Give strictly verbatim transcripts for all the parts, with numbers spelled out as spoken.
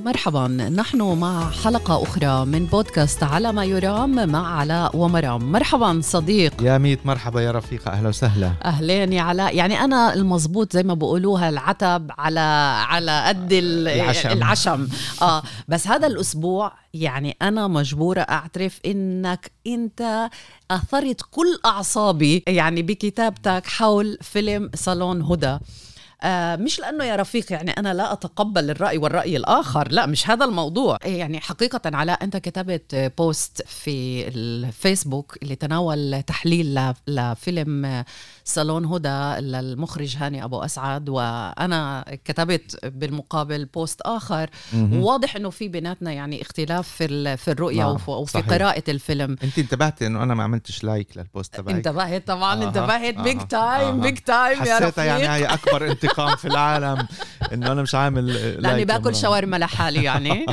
مرحبا، نحن مع حلقة أخرى من بودكاست على ما يرام مع علاء ومرام. مرحبا صديق. يا ميت مرحبا يا رفيقة، أهلا وسهلا. أهلين يا علاء. يعني أنا المضبوط زي ما بقولوها العتب على على قد العشم, العشم. آه بس هذا الأسبوع يعني أنا مجبورة أعترف إنك أنت أثرت كل أعصابي يعني بكتابتك حول فيلم صالون هدى. آه مش لأنه يا رفيق يعني أنا لا أتقبل الرأي والرأي الآخر، لا مش هذا الموضوع. يعني حقيقة علاء أنت كتبت بوست في الفيسبوك اللي تناول تحليل لفيلم صالون هدى للمخرج هاني أبو أسعد، وأنا كتبت بالمقابل بوست آخر. وواضح أنه في بيناتنا يعني اختلاف في في الرؤية نعم. وفي صحيح. قراءة الفيلم. أنت انتبهت أنه أنا ما عملتش لايك للبوست تبعك؟ انتبهت طبعا. آه. انتبهت بيج تايم بيج تايم يا رفيق. يعني هي أكبر انتقام في العالم انه انا مش عامل لاني باكل شاورما لحالي يعني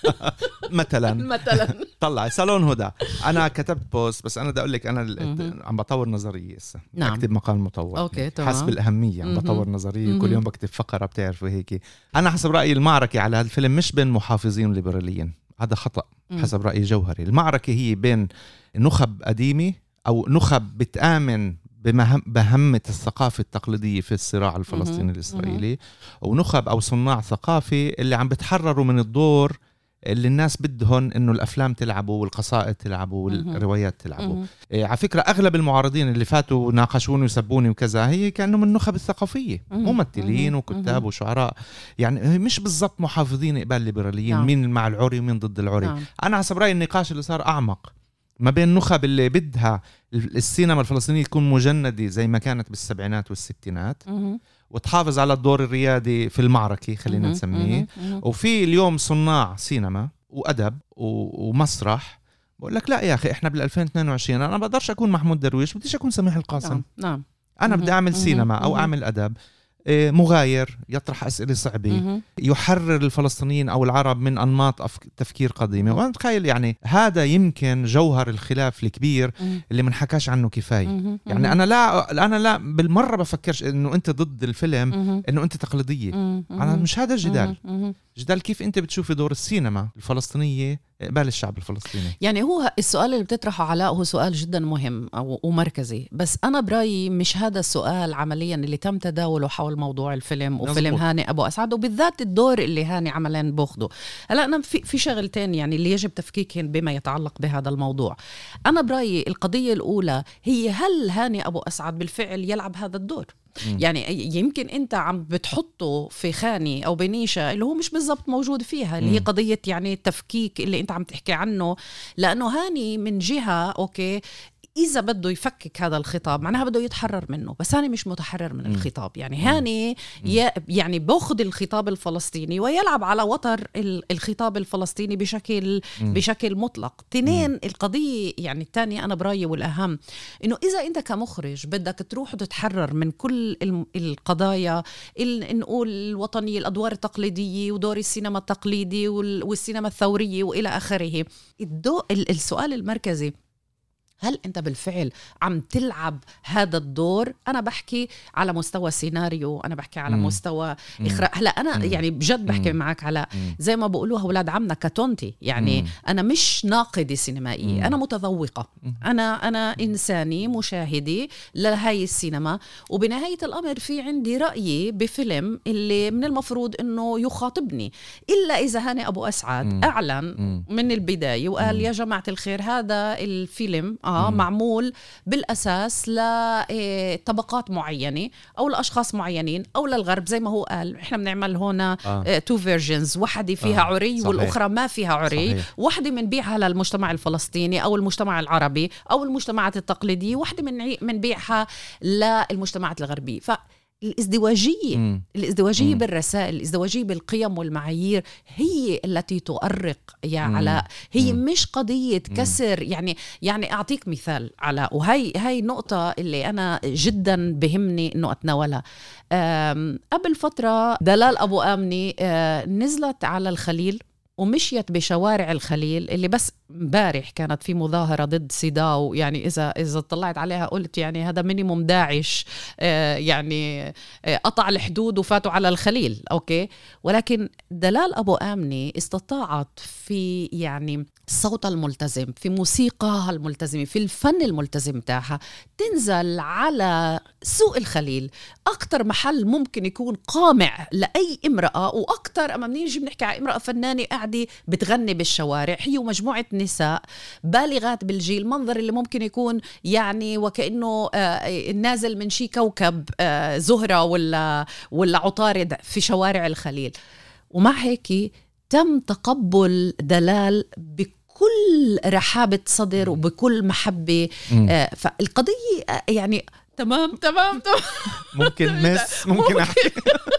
مثلا مثلا طلع صالون هدى. انا كتبت بوست، بس انا بدي اقول لك انا عم بطور نظريه هسه. نعم. بكتب مقال مطور أوكي. حسب الاهميه عم بطور نظريه. كل يوم بكتب فقره بتعرفوا هيك. انا حسب رايي المعركه على هذا الفيلم مش بين محافظين وليبراليين، هذا خطا. مم. حسب رايي جوهري المعركه هي بين نخب قديمه او نخب بتآمن بمهمة الثقافة التقليدية في الصراع الفلسطيني الإسرائيلي، ونخب أو صناع ثقافي اللي عم بتحرروا من الدور اللي الناس بدهن إنه الأفلام تلعبوا والقصائد تلعبوا والروايات تلعبوا. إيه على فكرة أغلب المعارضين اللي فاتوا ناقشوني وسبوني وكذا هي كانوا من النخب الثقافية، ممثلين وكتاب وشعراء. يعني مش بالضبط محافظين قبال ليبراليين. نعم. مين مع العري ومين ضد العري. نعم. أنا حسب رأيي النقاش اللي صار أعمق ما بين نخب اللي بدها السينما الفلسطينية تكون مجندة زي ما كانت بالسبعينات والستينات وتحافظ على الدور الريادي في المعركة خلينا نسميه، وفي اليوم صناع سينما وأدب ومسرح بقول لك لا يا أخي إحنا بالألفين واثنين وعشرين أنا بقدرش أكون محمود درويش، بديش أكون سميح القاسم. نعم. نعم. أنا بدي أعمل سينما أو أعمل أدب مغاير، يطرح أسئلة صعبة، يحرر الفلسطينيين أو العرب من أنماط تفكير قديمة. وأنا أتخيل يعني هذا يمكن جوهر الخلاف الكبير اللي منحكاش عنه كفاية. يعني أنا لا أنا لا بالمرة بفكرش إنه أنت ضد الفيلم، إنه أنت تقليدية. أنا مش هذا الجدال. جدال كيف أنت بتشوفي دور السينما الفلسطينية قبال الشعب الفلسطيني. يعني هو السؤال اللي بتطرحه علاء هو سؤال جدا مهم ومركزي، بس أنا برأيي مش هذا السؤال عمليا اللي تم تداوله حول موضوع الفيلم وفيلم هاني أبو أسعد، وبالذات الدور اللي هاني عمليا بأخده. هلا أنا في في شغلتين يعني اللي يجب تفكيكهن بما يتعلق بهذا الموضوع. أنا برأيي القضية الأولى هي هل هاني أبو أسعد بالفعل يلعب هذا الدور؟ يعني يمكن أنت عم بتحطه في خانة أو بنيشة اللي هو مش بالضبط موجود فيها، اللي هي قضية يعني التفكيك اللي أنت عم تحكي عنه. لأنه هاني من جهة أوكي إذا بده يفكك هذا الخطاب معناها بده يتحرر منه، بس هاني مش متحرر من الخطاب. يعني هاني يعني بأخذ الخطاب الفلسطيني ويلعب على وتر الخطاب الفلسطيني بشكل بشكل مطلق. تنين القضية يعني الثانية أنا برأيي والأهم إنه إذا أنت كمخرج بدك تروح وتتحرر من كل القضايا نقول الوطنية، الأدوار التقليدية ودور السينما التقليدي والسينما الثورية وإلى آخره، السؤال المركزي هل أنت بالفعل عم تلعب هذا الدور؟ أنا بحكي على مستوى سيناريو، أنا بحكي على مم. مستوى إخراج. هلا أنا مم. يعني بجد بحكي مم. معك على زي ما بقولوها أولاد عمنا كتونتي. يعني مم. أنا مش ناقدة سينمائية، مم. أنا متذوقة. مم. أنا أنا إنساني مشاهدي لهاي السينما، وبنهاية الأمر في عندي رأيي بفيلم اللي من المفروض إنه يخاطبني، إلا إذا هاني أبو أسعد مم. أعلن مم. من البداية وقال مم. يا جماعة الخير هذا الفيلم آه معمول بالأساس لطبقات معينة أو لأشخاص معينين أو للغرب. زي ما هو قال إحنا بنعمل هنا آه. تو فيرجنز، واحدة فيها آه. عري صحيح. والأخرى ما فيها عري صحيح. واحدة بنبيعها للمجتمع الفلسطيني أو المجتمع العربي أو المجتمعات التقليدية، واحدة بنبيعها للمجتمعات الغربية. ف الازدواجية مم. الازدواجية مم. بالرسائل، الازدواجية بالقيم والمعايير هي التي تؤرق يا مم. علاء. هي مم. مش قضية كسر. يعني يعني أعطيك مثال علاء، وهي هاي نقطة اللي أنا جدا بهمني إنه أتناولها. قبل فترة دلال أبو آمني نزلت على الخليل ومشيت بشوارع الخليل اللي بس امبارح كانت في مظاهرة ضد سيداو، يعني إذا إذا طلعت عليها قلت يعني هذا مينيموم داعش آه يعني آه قطع الحدود وفاتوا على الخليل، أوكي. ولكن دلال أبو آمنة استطاعت في يعني صوتها الملتزم، في موسيقاها الملتزمة، في الفن الملتزم تاعها، تنزل على سوق الخليل، أكتر محل ممكن يكون قامع لأي امرأة، وأكتر أما نيجي بنحكي على امرأة فنانة قاعدة بتغني بالشوارع، هي ومجموعة نساء بالغات بالجيل، منظر اللي ممكن يكون يعني وكأنه آه نازل من شي كوكب آه زهرة ولا ولا عطارد في شوارع الخليل. ومع هيك تم تقبل دلال بكل رحابة صدر وبكل محبة. آه فالقضية آه يعني تمام تمام تمام ممكن مس ممكن احكي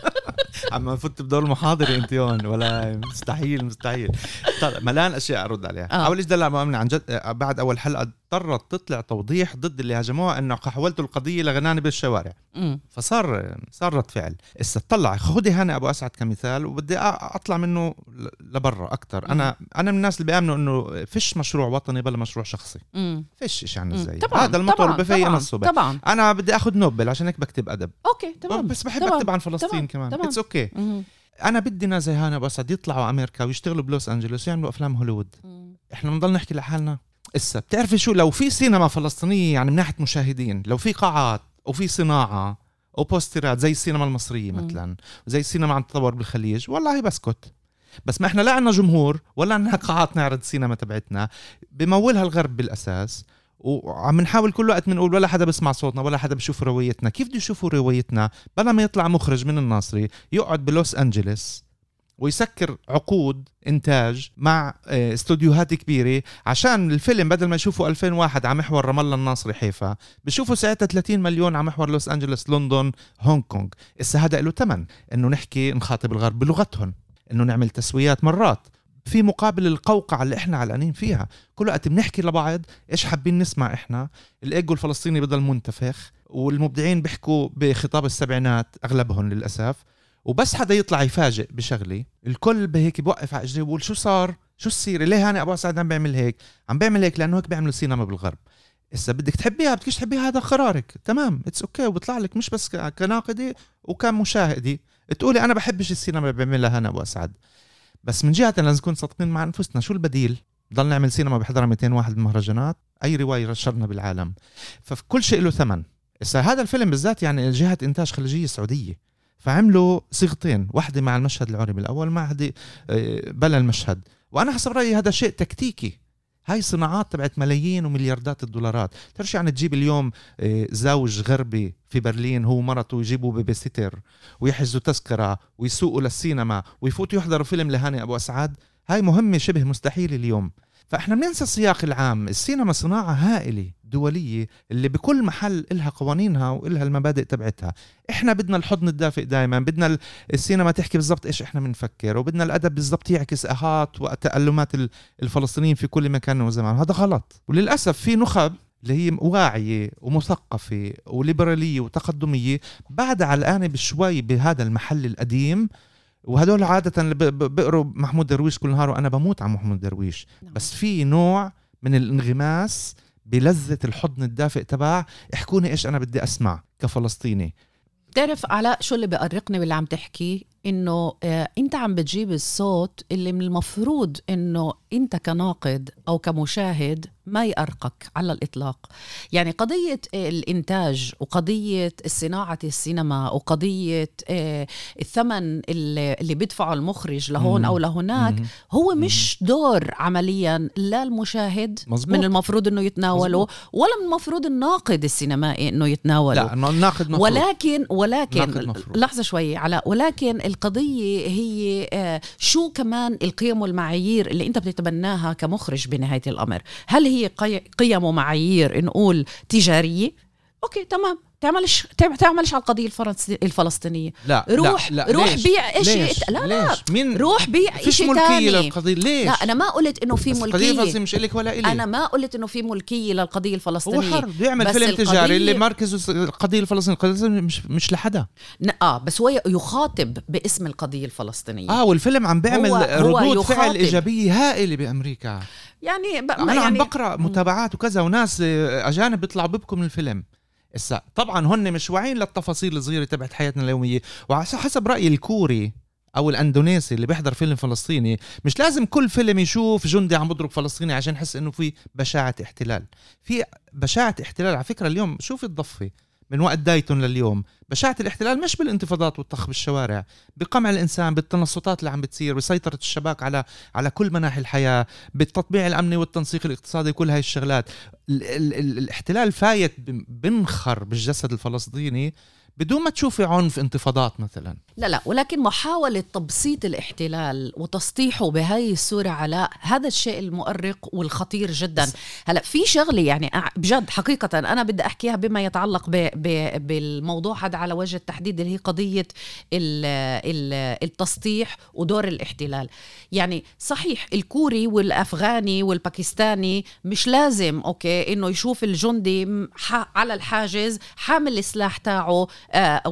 عم فوت بدور المحاضرة انت هون ولا مستحيل مستحيل. طيب ملان اشياء ارد عليها. آه. اول شيء دلال ابو آمنة عن جد بعد اول حلقة اضطرت تطلع توضيح ضد اللي هاجموها انه حولتوا القضية لغنانة بالشوارع. م. فصار صار رد فعل. اسا طلع خدي هاني ابو اسعد كمثال وبدي اطلع منه لبرا اكثر. انا انا من الناس اللي بيامنوا انه فيش مشروع وطني بلا مشروع شخصي. م. فيش شيء عن زي هذا المطور بفيق نصه. طبعا انا بدي اخذ نوبل عشان هيك بكتب ادب. اوكي تمام. بس بحب تمام. اكتب عن فلسطين تمام. كمان اتس اوكي. انا بدي ناس زي هاني ابو اسعد يطلعوا امريكا ويشتغلوا بلوس انجلوس ويعملوا افلام هوليوود. مم. احنا بنضل نحكي لحالنا. اسا بتعرفي شو، لو في سينما فلسطينيه يعني من ناحيه مشاهدين، لو في قاعات وفي صناعه وبوسترات زي السينما المصريه مثلا وزي السينما عم تطور بالخليج، والله بسكت. بس ما احنا لا عنا جمهور ولا عنا قاعات نعرض السينما تبعتنا، بمولها الغرب بالاساس، وعم نحاول كل وقت بنقول ولا حدا بسمع صوتنا ولا حدا بيشوف روايتنا. كيف بده يشوفوا روايتنا؟ بلا ما يطلع مخرج من الناصري يقعد بلوس أنجلس ويسكر عقود إنتاج مع استوديوهات كبيرة عشان الفيلم بدل ما يشوفوا ألفين واحد على محور رام الله الناصري حيفا، بيشوفوا ساعتها ثلاثين مليون على محور لوس أنجلس لندن هونغ كونغ. إسا هذا له تمن إنه نحكي نخاطب الغرب بلغتهم، إنه نعمل تسويات مرات في مقابل القوقعة اللي احنا علقانين فيها. كل وقت بنحكي لبعض ايش حابين نسمع احنا. الايجو الفلسطيني بدل منتفخ، والمبدعين بيحكوا بخطاب السبعينات اغلبهم للاسف، وبس حدا يطلع يفاجئ بشغلي الكل بهيك بوقف على اجري ويقول شو صار، شو السيرة، ليه هاني ابو اسعد عم بيعمل هيك؟ عم بيعمل هيك لانه هيك بيعملوا سينما بالغرب. إسا بدك تحبيها بدكش تحبيها هذا قرارك، تمام اتس اوكي. وبيطلع لك مش بس كناقدي وكمشاهدي تقولي انا بحبش السينما اللي بيعملها هاني ابو اسعد. بس من جهة لازم نكون صادقين مع أنفسنا. شو البديل؟ ضل نعمل سينما بحضرها مئتين واحد بالمهرجانات، أي رواية رشرنا بالعالم، فكل شيء له ثمن. إسا هذا الفيلم بالذات يعني جهة إنتاج خليجية سعودية، فعملوا صيغتين، واحدة مع المشهد العربي الأول مع هذه بلا المشهد. وأنا حسب رأيي هذا شيء تكتيكي. هاي صناعات تبعت ملايين وملياردات الدولارات. ترشي يعني تجيب اليوم زوج غربي في برلين هو مرته يجيبوا بيبي سيتر ويحجزوا تذكرة ويسوقوا للسينما ويفوتوا يحضروا فيلم لهاني أبو أسعد. هاي مهمة شبه مستحيل اليوم. فإحنا بننسى السياق العام. السينما صناعة هائلة دولية اللي بكل محل إلها قوانينها وإلها المبادئ تبعتها. إحنا بدنا الحضن الدافئ دائما، بدنا السينما تحكي بالضبط إيش إحنا بنفكر، وبدنا الأدب بالضبط يعكس آهات وتألمات الفلسطينيين في كل مكان وزمان. هذا غلط. وللأسف في نخب اللي هي واعية ومثقفة وليبرالية وتقدمية بعد علقانة بشوي بهذا المحل القديم. وهدول عادة اللي بقروا محمود درويش كل نهار، وأنا بموت عن محمود درويش. بس في نوع من الانغماس بلذة الحضن الدافئ تبع احكوني إيش أنا بدي أسمع كفلسطيني. تعرف علاء شو اللي بقرقني باللي عم تحكي؟ إنه آه أنت عم بتجيب الصوت اللي من المفروض إنه أنت كناقد أو كمشاهد ما يأرقك على الإطلاق. يعني قضية الإنتاج وقضية صناعة السينما وقضية آه الثمن اللي, اللي بيدفعه المخرج لهون أو لهناك مم. هو مش دور عمليا لا المشاهد مزبوط. من المفروض إنه يتناوله مزبوط. ولا من المفروض الناقد السينمائي إنه يتناوله. لا الناقد مفروض. ولكن ولكن لحظة شوي علاء، ولكن القضية هي آه شو كمان القيم والمعايير اللي أنت بتتبناها كمخرج بنهاية الأمر. هل هي قيم ومعايير نقول تجارية اوكي تمام، تعملش تعملش على القضيه الفلسطينيه. لا روح لا لا روح ليش؟ بيع شيء. لا لا مين روح بيع شيء ثاني للقضيه. ليش؟ لا انا ما قلت انه في ملكيه. القضيه الفلسطينيه مش إلك ولا إلي. انا ما قلت انه في ملكيه للقضيه الفلسطينيه. هو حر بيعمل فيلم تجاري اللي مركزه القضيه الفلسطينيه. القضيه مش مش لحدا. اه بس هو يخاطب باسم القضيه الفلسطينيه. اه والفيلم عم بيعمل هو ردود هو فعل ايجابيه هائله بامريكا. يعني ب... انا يعني عم بقرا متابعات وكذا وناس اجانب بيطلعوا بيبكوا من الفيلم. إسا طبعا هن مش واعيين للتفاصيل الصغيرة تبعت حياتنا اليومية. وحسب رأيي الكوري أو الأندونيسي اللي بيحضر فيلم فلسطيني مش لازم كل فيلم يشوف جندي عم بضرب فلسطيني عشان يحس إنه في بشاعة احتلال. في بشاعة احتلال على فكرة. اليوم شوف الضفة من وقت دايتون لليوم، بشاعة الاحتلال مش بالانتفاضات والطخ بالشوارع، بقمع الإنسان، بالتنصتات اللي عم بتصير، بسيطرة الشباك على على كل مناحي الحياة، بالتطبيع الأمني والتنسيق الاقتصادي، كل هاي الشغلات. ال- ال- ال- الاحتلال فايت بنخر بالجسد الفلسطيني بدون ما تشوفي عنف انتفاضات مثلا. لا لا ولكن محاولة تبسيط الاحتلال وتسطيحه بهاي الصورة على هذا الشيء المؤرق والخطير جدا. هلا في شغلة يعني بجد حقيقة أنا بدي أحكيها بما يتعلق ب ب بالموضوع هذا على وجه التحديد اللي هي قضية ال ال التسطيح ودور الاحتلال. يعني صحيح الكوري والأفغاني والباكستاني مش لازم أوكي إنه يشوف الجندي على الحاجز حامل السلاح تاعه آه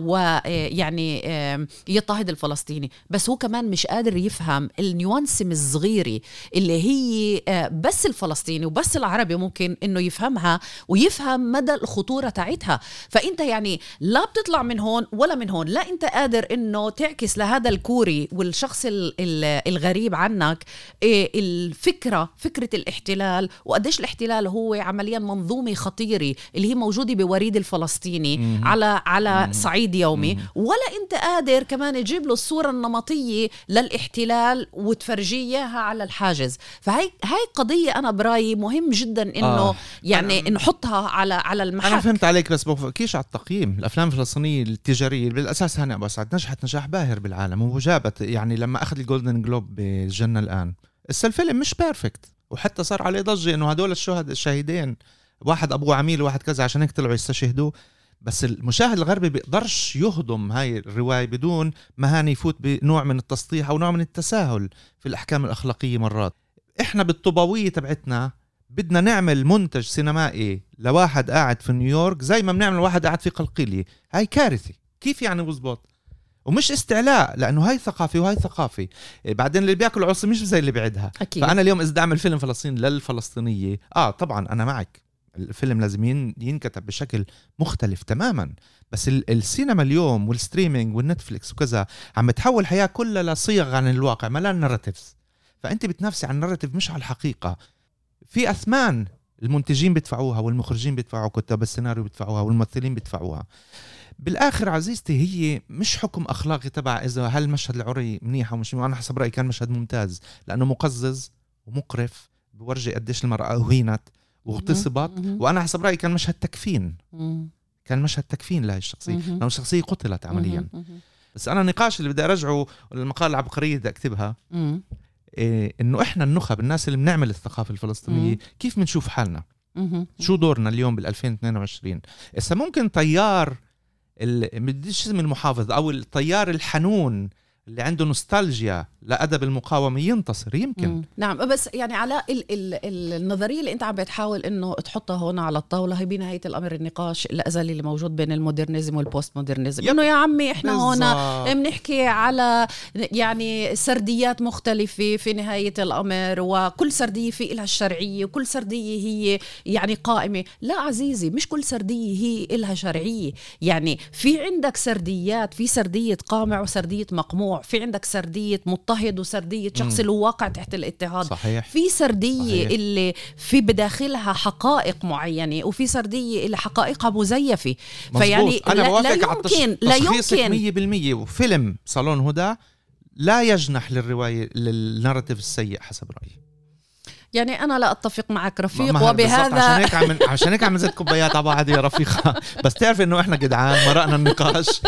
ويعني آه يضطهد الفلسطيني، بس هو كمان مش قادر يفهم النيوانس الصغيرة اللي هي آه بس الفلسطيني وبس العربي ممكن إنه يفهمها ويفهم مدى الخطورة تاعتها. فأنت يعني لا بتطلع من هون ولا من هون، لا أنت قادر إنه تعكس لهذا الكوري والشخص الغريب عنك آه الفكرة فكرة الاحتلال وقديش الاحتلال هو عمليا منظومة خطيرة اللي هي موجودة بوريد الفلسطيني على على صعيد يومي، ولا انت قادر كمان تجيب له الصورة النمطية للاحتلال وتفرجيها على الحاجز. فهي هاي قضية انا برايي مهم جدا انه آه. يعني نحطها على على المحك. انا فهمت عليك بس بفكيش على التقييم. الافلام الفلسطينيه التجاريه بالاساس هاني ابو اسعد نجحت نجاح باهر بالعالم وجابت يعني لما اخذ الجولدن جلوب بالجنة الان. بس الفيلم مش بيرفكت وحتى صار عليه ضجة انه هدول الشهداء الشهيدين واحد ابوه عميل وواحد كذا عشان هيك طلعوا يستشهدوا. بس المشاهد الغربي بيقدرش يهضم هاي الرواية بدون ما هاني يفوت بنوع من التسطيح أو نوع من التساهل في الأحكام الأخلاقية. مرات إحنا بالطباوية تبعتنا بدنا نعمل منتج سينمائي لواحد قاعد في نيويورك زي ما بنعمل واحد قاعد في قلقيلية. هاي كارثة. كيف يعني وزبط؟ ومش استعلاء لأنه هاي ثقافة وهاي ثقافة. بعدين اللي بياكل عصي مش زي اللي بعدها. أكيد. فأنا اليوم إذا أعمل فيلم فلسطين للفلسطينية آه طبعا أنا معك، الفيلم لازم ينكتب بشكل مختلف تماما. بس السينما اليوم والستريمينج والنتفليكس وكذا عم تحول حياة كلها لصيغ عن الواقع ملان ناراتيفز. فأنت بتنافسي عن الناراتيف مش على الحقيقة. في أثمان المنتجين بيدفعوها والمخرجين بيدفعوها كتاب السيناريو بيدفعوها والممثلين بيدفعوها. بالآخر عزيزتي هي مش حكم أخلاقي تبع إذا هل المشهد العري منيح أو مش منيح. أنا حسب رأيي كان مشهد ممتاز لأنه مقزز ومقرف بورجي قديش المرأة أهينت واغتصبت. وأنا حسب رأيي كان مشهد تكفين. كان مشهد تكفين لهي الشخصية لأنه الشخصية قتلت عمليا. بس أنا النقاش اللي بدي أرجعه المقالة العبقرية بدي أكتبها إيه إنه إحنا النخب الناس اللي بنعمل الثقافة الفلسطينية كيف بنشوف حالنا، شو دورنا اليوم بالألفين واثنين وعشرين. إذا ممكن طيار بديش اسم المحافظ أو الطيار الحنون اللي عنده نوستالجيا لأدب المقاومة ينتصر يمكن. مم. نعم بس يعني على ال ال النظرية اللي انت عم بتحاول انه تحطها هنا على الطاولة هي بنهاية الامر النقاش الازلي اللي موجود بين المودرنيزم والبوست مودرنيزم. انه يا عمي احنا بالزبط. هنا بنحكي على يعني سرديات مختلفة في نهاية الامر، وكل سردية في لها الشرعية وكل سردية هي يعني قائمة. لا عزيزي مش كل سردية هي لها شرعية. يعني في عندك سرديات، في سردية قامع وسردية مقموع، في عندك سردية مضطهد وسردية شخص اللي واقع تحت الاضطهاد. صحيح. في سردية صحيح. اللي في بداخلها حقائق معينة، وفي سردية اللي حقائقها مزيفة. مزبوط. فيعني أنا لا, لا يمكن لا يمكن مية بالمية. وفيلم صالون هدى لا يجنح للرواية للناراتيف السيء حسب رأيي. يعني أنا لا أتفق معك رفيق وبهذا عشان هيك عم عشان هيك عم نزيد كوبايات على بعض يا رفيقة. بس تعرف إنه إحنا جدعان مرقنا النقاش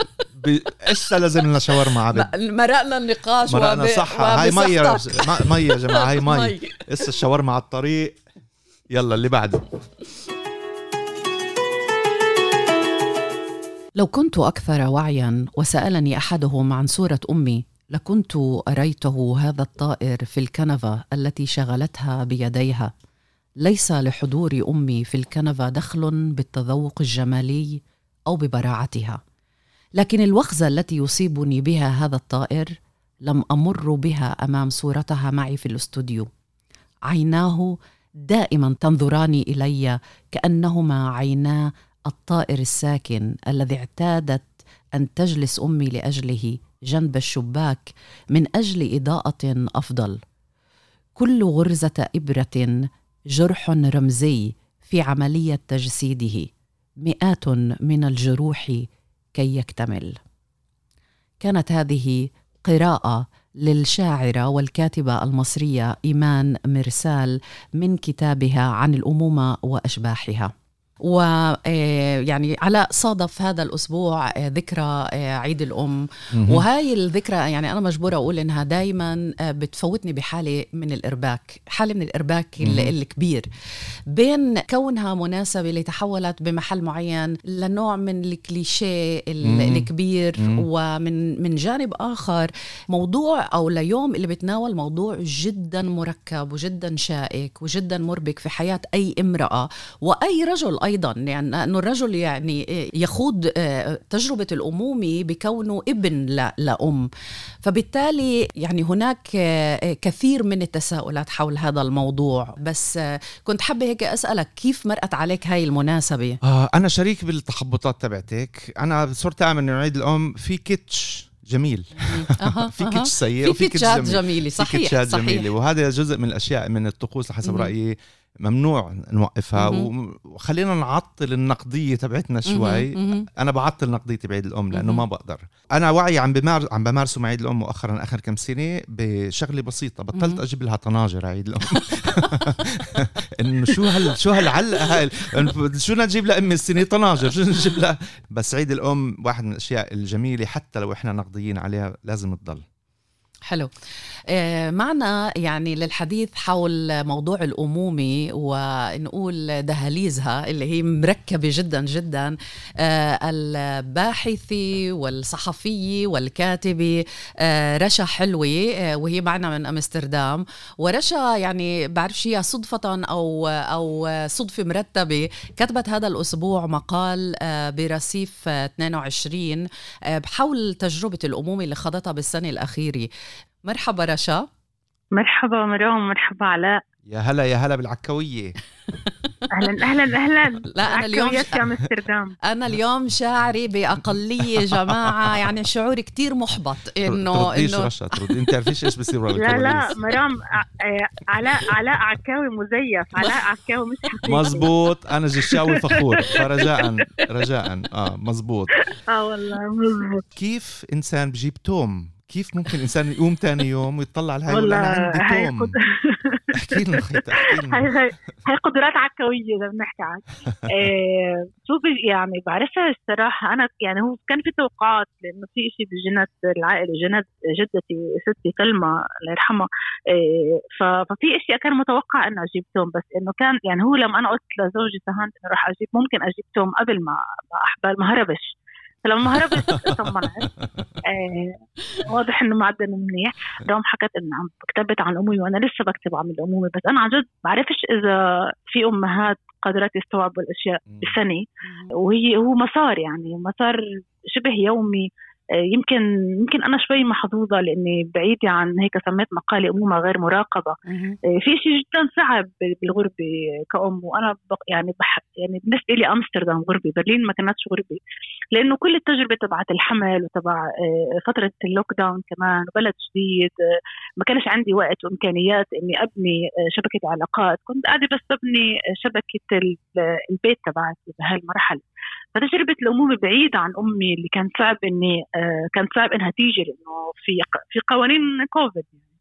إيش لازم لنا شاورما عبد مرقنا النقاش مرقنا وب... صح. هاي مية مية يا جماعة هاي مية إيش الشاورما على الطريق. يلا اللي بعده. لو كنت أكثر وعيا وسألني أحدهم عن صورة أمي لكنت أريته هذا الطائر في الكنفة التي شغلتها بيديها. ليس لحضور أمي في الكنفة دخل بالتذوق الجمالي أو ببراعتها، لكن الوخزة التي يصيبني بها هذا الطائر لم أمر بها أمام صورتها معي في الاستوديو. عيناه دائما تنظران إلي كأنهما عينا الطائر الساكن الذي اعتادت أن تجلس أمي لأجله جنب الشباك من أجل إضاءة أفضل. كل غرزة إبرة جرح رمزي في عملية تجسيده، مئات من الجروح كي يكتمل. كانت هذه قراءة للشاعرة والكاتبة المصرية إيمان مرسال من كتابها عن الأمومة وأشباحها. ويعني علاء صادف هذا الأسبوع ذكرى عيد الأم، وهاي الذكرى يعني أنا مجبورة أقول إنها دايما بتفوتني بحالة من الإرباك، حالة من الإرباك الكبير بين كونها مناسبة اللي تحولت بمحل معين لنوع من الكليشيه الكبير، ومن من جانب آخر موضوع أو ليوم اللي بتناول موضوع جدا مركب وجدا شائك وجدا مربك في حياة أي امرأة وأي رجل أيضا، يعني أنه الرجل يعني يخوض تجربة الأمومة بكونه ابن لأم. فبالتالي يعني هناك كثير من التساؤلات حول هذا الموضوع، بس كنت حابة هيك أسألك كيف مرقت عليك هاي المناسبة؟ آه أنا شريك بالتخبطات تبعتك. أنا صرت أعمل إنه عيد الأم في كيتش جميل في كيتش سيء وفي كيتشات جميلة. صحيح, في كيتشات صحيح. جميلة، وهذا جزء من الأشياء من الطقوس حسب رأيي ممنوع نوقفها. وخلينا نعطل النقدية تبعتنا شوي. أنا بعطل نقديتي بعيد الأم لأنه ما بقدر. أنا وعي عم بمار عم بمارسه مع عيد الأم مؤخرا آخر كم سنة بشغلة بسيطة. بطلت أجيب لها طناجر عيد الأم إنه شو هال شو هالعلقة هاي، شو نجيب لأمي السنة طناجر، شو نجيب لها. بس عيد الأم واحد من الأشياء الجميلة حتى لو إحنا نقديين عليها لازم تضل. حلو. معنا يعني للحديث حول موضوع الأمومة ونقول دهاليزها اللي هي مركبة جدا جدا، الباحثة والصحفية والكاتبة رشا حلوي، وهي معنا من أمستردام. ورشا يعني بعرفش هي صدفة أو أو صدفة مرتبة كتبت هذا الأسبوع مقال برصيف اثنين وعشرين بحول تجربة الأمومة اللي خضتها بالسنة الأخيرة. مرحبا رشا. مرحبا مرام. مرحبا علاء. يا هلا يا هلا بالعكوية. أهلا أهلا أهلا. لا أنا اليوم يا أمستردام. أنا اليوم شاعري بأقلية جماعة، يعني شعوري كتير محبط إنه إنه رشا ترد. أنت عارفيش إيش بصير ولا لا لا مرام. علاء علاء عكاوي مزيف. علاء عكاوي مش حقيقي. مزبوط. أنا جشاوي فخور. فرجاء رجاء آه مزبوط. آه والله مزبوط. كيف إنسان بجيب توم؟ كيف ممكن إنسان يقوم تاني يوم ويطلع على هاي ولا أنا عندي توم؟ قد... احكي لنا خيطة احكي لنا. هاي هاي قدرات عكوية إذا بنحكي عنها. إيه شوفي يعني بعرفها الصراحة. أنا يعني هو كان في توقعات لأنه في إشي بجنة العائلة، جنة جدتي ستي سلمى الله يرحمها. إيه ففي إشي كان متوقع إنه أجيب توم، بس إنه كان يعني هو لما أنا قلت لزوجي سهند إنه راح أجيب ممكن أجيب توم قبل ما ما أحبال ما هربش. فلما هربت طمنت. آه واضح انه معدن منيح. دوم حكت انه عم كتبت عن امي وانا لسه بكتب عن الامومه، بس انا عن جد بعرفش اذا في امهات قادرات يستوعبوا الاشياء بسنه، وهي هو مسار يعني مسار شبه يومي. يمكن يمكن أنا شوي محظوظة لأني بعيدة عن هيك سميت مقالي أمومة غير مراقبة. في شيء جدا صعب بالغربة كأم، وأنا يعني بح يعني بالنسبة لي أمستردام غربة، برلين ما كانتش غربة، لأنه كل التجربة تبعت الحمل وتبع فترة اللوك داون كمان وبلد جديد، ما كانش عندي وقت وإمكانيات إني أبني شبكة علاقات، كنت قاعدة بس أبني شبكة البيت تبعتي بهالمرحلة. فتجربة الأمومة بعيدة عن أمي اللي كان صعب إني آه كان صعب إنها تيجي لأنه في في قوانين كوفيد يعني،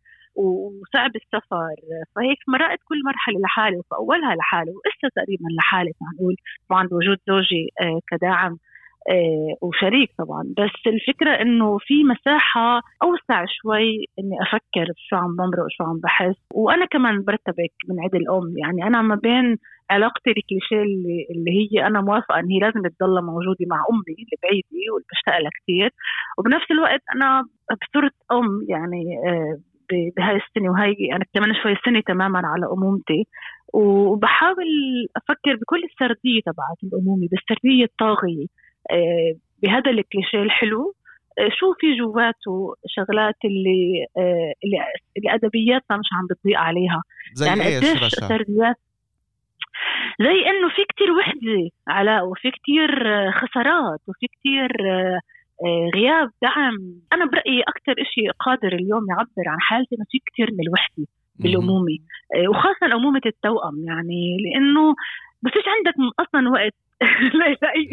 وصعب السفر. فهيك مرقت كل مرحلة لحالي، وفي أولها لحالي وإسا تقريبا لحالي هنقول، طبعا بوجود زوجي آه كداعم آه وشريك طبعا. بس الفكرة إنه في مساحة أوسع شوي إني أفكر شو عم بمرق وشو عم بحس. وأنا كمان برتبك من عيد الأم، يعني أنا ما بين علاقتي الكليشيه اللي, اللي هي أنا موافقة إن هي لازم تضل موجودة مع أمي اللي بعيدي واللي بشتاق لها كتير، وبنفس الوقت أنا بصورة أم يعني آه بهاي السنة، وهي أنا كمان شوي سنة تماما على أمومتي، وبحاول أفكر بكل السردية تبعت الأمومة، بالسردية الطاغية آه بهذا الكليشيه الحلو، آه شو في جواته شغلات اللي آه اللي, اللي أدبياتنا مش عم بتضيق عليها. زي يعني قديش سرديات، زي إنه في كتير وحدة علاء، وفي كتير خسارات، وفي كتير غياب دعم. أنا برأيي أكتر إشي قادر اليوم يعبر عن حالتي إنه في كتير من الوحدة بالأمومة، وخاصة أمومة التوأم، يعني لأنه بس فيش عندك أصلا وقت لا لا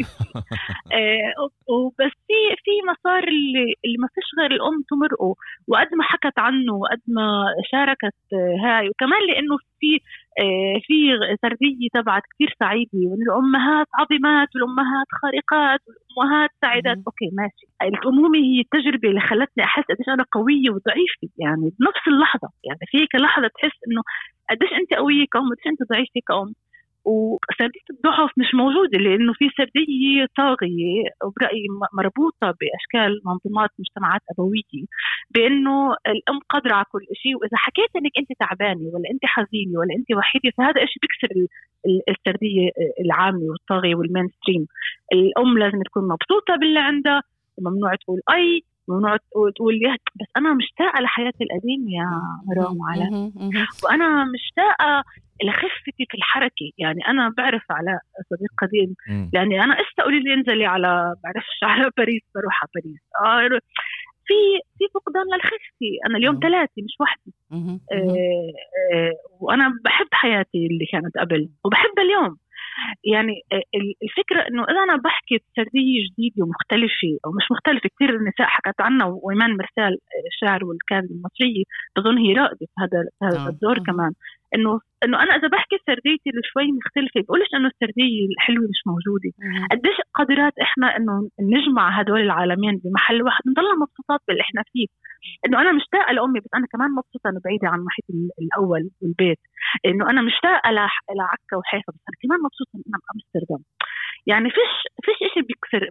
وبس في في مسار اللي اللي ما فيش غير الأم تمرقه، وقد ما حكت عنه وقد ما شاركت هاي، وكمان لأنه في في سردية تبعت كتير سعيدة، وإن الأمهات عظيمات والأمهات خارقات والأمهات سعيدات. أوكي ماشي، الأمومة هي التجربة اللي خلتني أحس قديش أنا قوية وضعيفة، يعني بنفس اللحظة. يعني فيك لحظة تحس إنه قديش أنت قوية كأم وقديش أنت ضعيفة كأم، وسردية الضعف مش موجودة لأنه في سردية طاغية وبرأيي مربوطة بأشكال منظومات مجتمعات أبوية، بأنه الأم قادرة على كل شيء، وإذا حكيت أنك أنت تعبانة ولا أنت حزينة ولا أنت وحيدة فهذا إشي بيكسر السردية العامة والطاغية والمينستريم. الأم لازم تكون مبسوطة باللي عندها، وممنوع تقول أي، ممنوع تقول لي بس أنا مشتاقة لحياتي القديمة يا مرام على، وأنا مشتاقة لخفتي في الحركة. يعني أنا بعرف على صديق قديم، يعني أنا استقولي لي انزلي على بعرفش على باريس، بروح على باريس. آه في في فقدان للخفتي. أنا اليوم ثلاثة مش واحدة، آه آه وأنا بحب حياتي اللي كانت قبل وبحبها اليوم. يعني الفكرة إنه إذا أنا بحكي سردية جديدة ومختلفة أو مش مختلفة، كتير النساء حكت عنها، وإيمان مرسال الشاعر والكاتبة المصرية بظن هي رائدة في هذا هذا الدور كمان، إنه إنه أنا إذا بحكي سرديتي اللي شوي مختلفة بقولش إنه السردية الحلوة مش موجودة. قديش قادرات إحنا إنه نجمع هدول العالمين بمحل واحد، نضلنا مبسوطات باللي إحنا فيه. إنه أنا مشتاقة لأمي بس أنا كمان مبسوطة إنه بعيدة عن محيط الأول والبيت، إنه أنا مشتاقة لعكا وحيفا بس أنا كمان مبسوطة إن أنا بأمستردام. يعني فيش فيش إشي بيكسر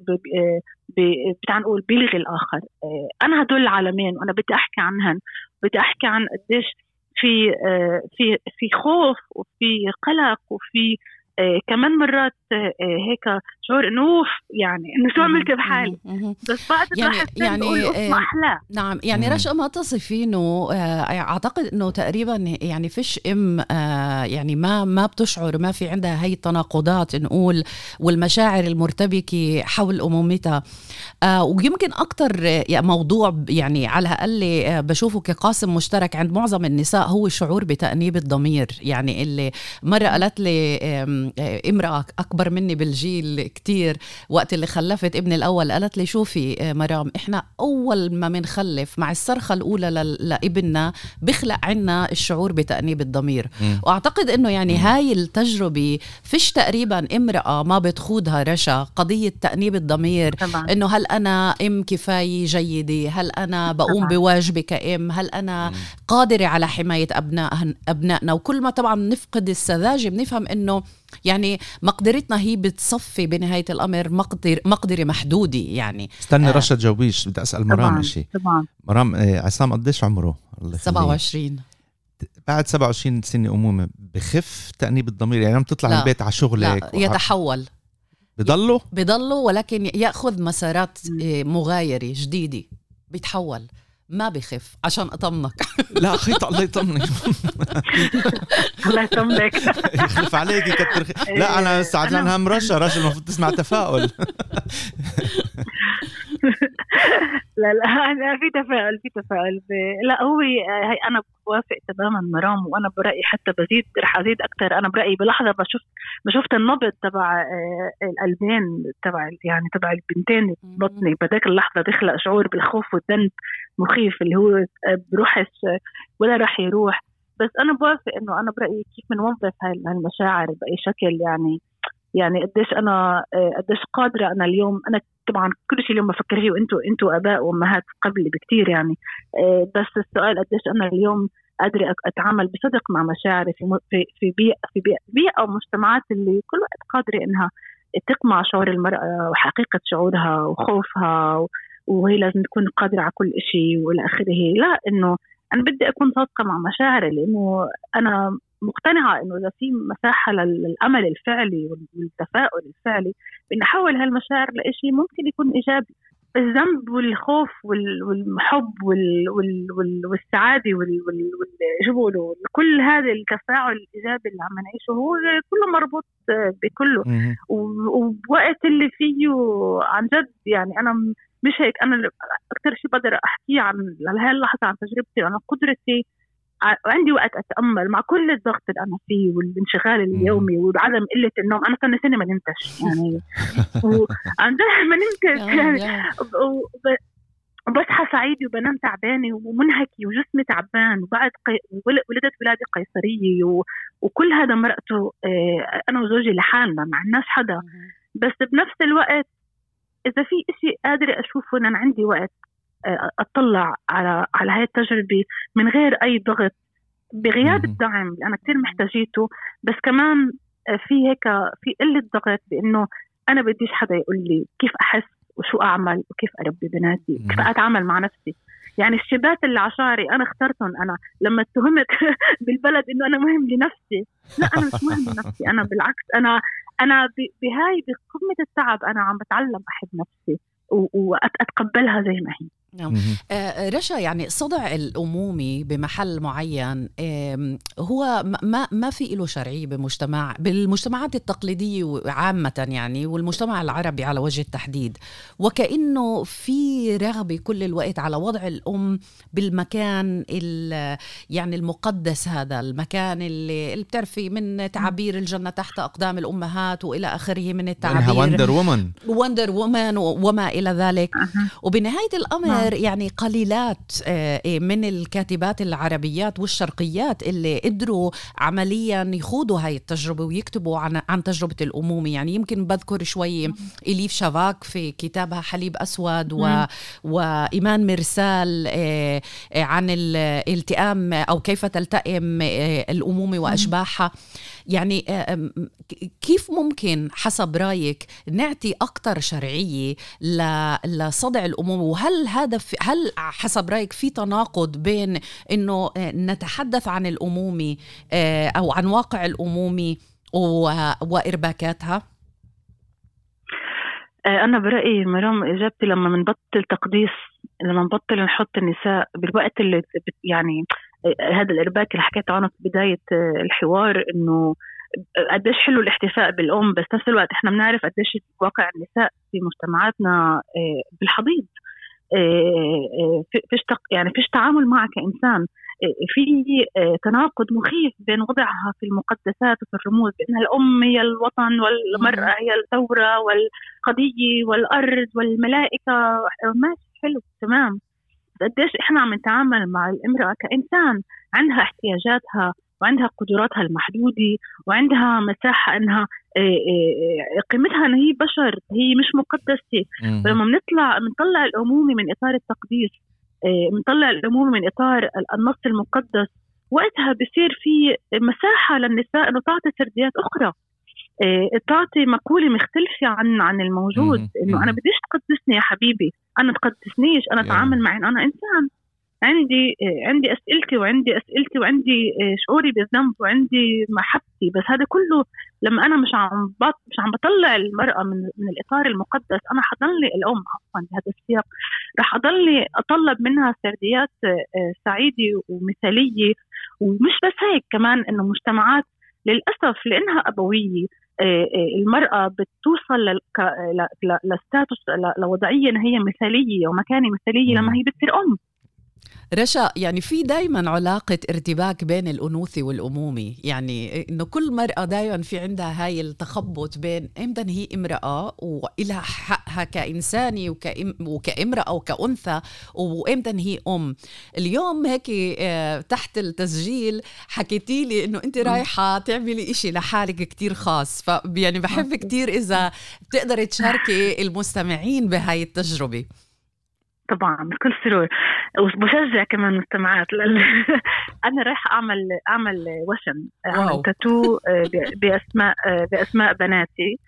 بتاع نقول بيلغي الآخر. أنا هدول العالمين وأنا بدي أحكي عنهن، بدي أحكي عن قديش في في في خوف وفي قلق وفي آه كمان مرات آه هيك شعور انه يعني انه شو عملت بحالي، بس بعد يعني راح يعني آه احلى. نعم يعني رشا ما تصفينه آه اعتقد انه تقريبا يعني فيش ام آه يعني ما ما بتشعر ما في عندها هي التناقضات نقول والمشاعر المرتبكه حول امومتها. آه ويمكن اكتر موضوع يعني على الاقل آه بشوفه كقاسم مشترك عند معظم النساء هو الشعور بتأنيب الضمير. يعني اللي مره قالت لي آه امرأة أكبر مني بالجيل كتير وقت اللي خلفت ابني الأول، قالت لي شوفي مرام إحنا أول ما منخلف مع الصرخة الأولى لابننا بخلق عنا الشعور بتأنيب الضمير. م. وأعتقد إنه يعني م. هاي التجربة فيش تقريبا امرأة ما بتخوضها رشا، قضية تأنيب الضمير طبعا. إنه هل أنا أم كفاية جيدة، هل أنا بقوم طبعا. بواجبي كأم، هل أنا م. قادرة على حماية أبناء أبنائنا. وكل ما طبعا نفقد السذاجة بنفهم إنه يعني مقدرتنا هي بتصفي بنهاية الأمر مقدر مقدرة محدودة. يعني استنى رشا تجاوبيش، بدي أسأل مرام شيء. طبعا مرام آه عصام قديش عمره؟ سبعة وعشرين. بعد سبعة وعشرين سنة أمومة بخف تأنيب الضمير؟ يعني لما تطلع من البيت على شغلك لا يتحول بضله بضله ولكن يأخذ مسارات مغايرة جديدة، بيتحول ما بخف. عشان أطمنك لا خيط الله يطمنك الله يطمنك يخلف عليكي كتر خ... لا أنا استعجلان هم رشا رشا المفروض تسمع تفاؤل لا لا أنا في تفاؤل في تفاؤل ب... لا هو هي أنا بوافق تماما مرام، وأنا برأيي حتى بزيد رح أزيد أكتر. أنا برأيي بلحظة بشوف بشوفت النبض تبع القلبين تبع يعني تبع البنتين بطني بذاك اللحظة بيخلق شعور بالخوف والذنب مخيف اللي هو بروحش ولا رح يروح. بس أنا بوافق إنه أنا برأيي كيف منوظف هاي المشاعر بأي شكل. يعني يعني قديش أنا قديش قادرة أنا اليوم. أنا طبعا كل شيء اليوم بفكر فيه وأنتوا أنتوا آباء وأمهات قبلي بكتير يعني، بس السؤال قديش أنا اليوم قادرة أتعامل بصدق مع مشاعري في في في بيئة في بيئة, بيئة ومجتمعات اللي كل وقت قادرة إنها تقمع شعور المرأة وحقيقة شعورها وخوفها، وهي لازم تكون قادرة على كل إشي والى آخره. لا، إنه أنا بدي أكون صادقة مع مشاعري، لأنه أنا مقتنعة إنه إذا في مساحة للأمل الفعلي والتفاؤل الفعلي، بإن نحول هالمشاعر لإشي ممكن يكون إيجابي. الذنب والخوف والحب والسعادة والجبل وكل هذا التفاعل الإيجابي اللي عم نعيشه هو كله مربوط بكله. ووقت اللي فيه عن جد يعني أنا مش هيك، أنا أكتر شيء بقدر أحكي عن لهذه اللحظة عن تجربتي. أنا قدرتي وعندي وقت أتأمل مع كل الضغط اللي أنا فيه والانشغال اليومي وعدم قلة النوم. أنا كان سنة ما نمتش يعني وعن جد ما نمتش يعني، وبصحى سعيدة وبنام تعبانة ومنهكي وجسمي تعبان، وبعد قي... ولدت ولادي قيصرية وكل هذا مرقته أنا وزوجي لحالنا مع الناس حدا. بس بنفس الوقت إذا في إشي قادرة أشوفه إن أنا عندي وقت أطلع على على هاي التجربة من غير أي ضغط، بغياب الدعم اللي أنا كتير محتاجيته، بس كمان في هيك في قلة ضغط بإنه أنا بديش حدا يقول لي كيف أحس وشو أعمل وكيف أربي بناتي، كيف أتعامل مع نفسي. يعني الشبات اللي عشاري أنا اخترتهم. أنا لما اتهمت بالبلد إنه أنا مهم لنفسي، لا أنا مش مهم لنفسي، أنا بالعكس أنا أنا بهاي بقمة التعب أنا عم بتعلم أحب نفسي وأتقبلها زي ما هي. آه رشا، يعني صدع الأمومي بمحل معين هو ما ما في له شرعي بمجتمع بالمجتمعات التقليدية عامة يعني، والمجتمع العربي على وجه التحديد، وكأنه في رغبة كل الوقت على وضع الأم بالمكان يعني المقدس، هذا المكان اللي, اللي بتعرفي من تعابير الجنة تحت أقدام الأمهات وإلى آخره من التعابير، وندر وومن وندر وومن وما إلى ذلك. وبنهاية الأمر يعني قليلات من الكاتبات العربيات والشرقيات اللي قدروا عمليا يخوضوا هاي التجربة ويكتبوا عن عن تجربة الأمومة. يعني يمكن بذكر شوي إليف شافاك في كتابها حليب أسود، و... وإيمان مرسال عن الالتئام أو كيف تلتئم الأمومة وأشباحها. يعني كيف ممكن حسب رأيك نعطي أكتر شرعية لصدع الأمومة؟ وهل هذا في هل حسب رأيك في تناقض بين إنه نتحدث عن الأمومة أو عن واقع الأمومة وإرباكاتها؟ أنا برأيي مرام إجابتي لما منبطل تقديس، لما نبطل نحط النساء بالوقت اللي يعني هذا الإرباك اللي حكيت عنه في بداية الحوار، إنه قديش حلو الاحتفاء بالأم، بس نفس الوقت إحنا بنعرف قديش واقع النساء في مجتمعاتنا بالحضيض، فيش يعني فيش تعامل معها كإنسان، في تناقض مخيف بين وضعها في المقدسات وفي الرموز، بأنها الأم هي الوطن والمرأة هي الثورة والقضية والأرض والملائكة. ماشي حلو تمام، قديش إحنا عم نتعامل مع الامرأة كإنسان عندها احتياجاتها وعندها قدراتها المحدودة وعندها مساحة إنها قيمتها إن هي بشر، هي مش مقدسة. فلما بنطلع بنطلع الأمومة من إطار التقديس، بنطلع الأمومة من إطار النص المقدس، وقتها بصير في مساحة للنساء إنه تعطي سرديات أخرى، تعطي مقولة مختلفة عن عن الموجود، إنه أنا بديش تقدسني يا حبيبي، أنا تقدسنيش، أنا أتعامل معي أنا إنسان، عندي عندي أسئلتي وعندي أسئلتي وعندي شعوري بالذنب وعندي محبتي. بس هذا كله لما أنا مش عم مش عم بطلع المرأة من من الإطار المقدس، أنا حضلني الأم عفوا بهذا السياق رح أضلني أطلب منها سرديات سعيدة ومثالية. ومش بس هيك، كمان إنه مجتمعات للأسف لأنها أبوية المرأة بتوصل لستاتوس لوضعية هي مثالية ومكانة مثالية لما هي بتصير أم. رشا، يعني في دايما علاقة ارتباك بين الأنوثة والأمومة، يعني إنه كل مرأة دايما في عندها هاي التخبط بين إمتى هي امرأة وإلها حقها كإنسانة وكإم وكامرأة وكأنثى، وإمتى هي أم. اليوم هيك تحت التسجيل حكيتي لي إنه أنت رايحة تعملي إشي لحالك كتير خاص، فيعني بحب كتير إذا بتقدري تشاركي المستمعين بهاي التجربة. طبعا بكل سرور، وبشجع كمان المستمعات. انا رايحه اعمل اعمل وشم، اعمل تاتو باسماء باسماء بناتي،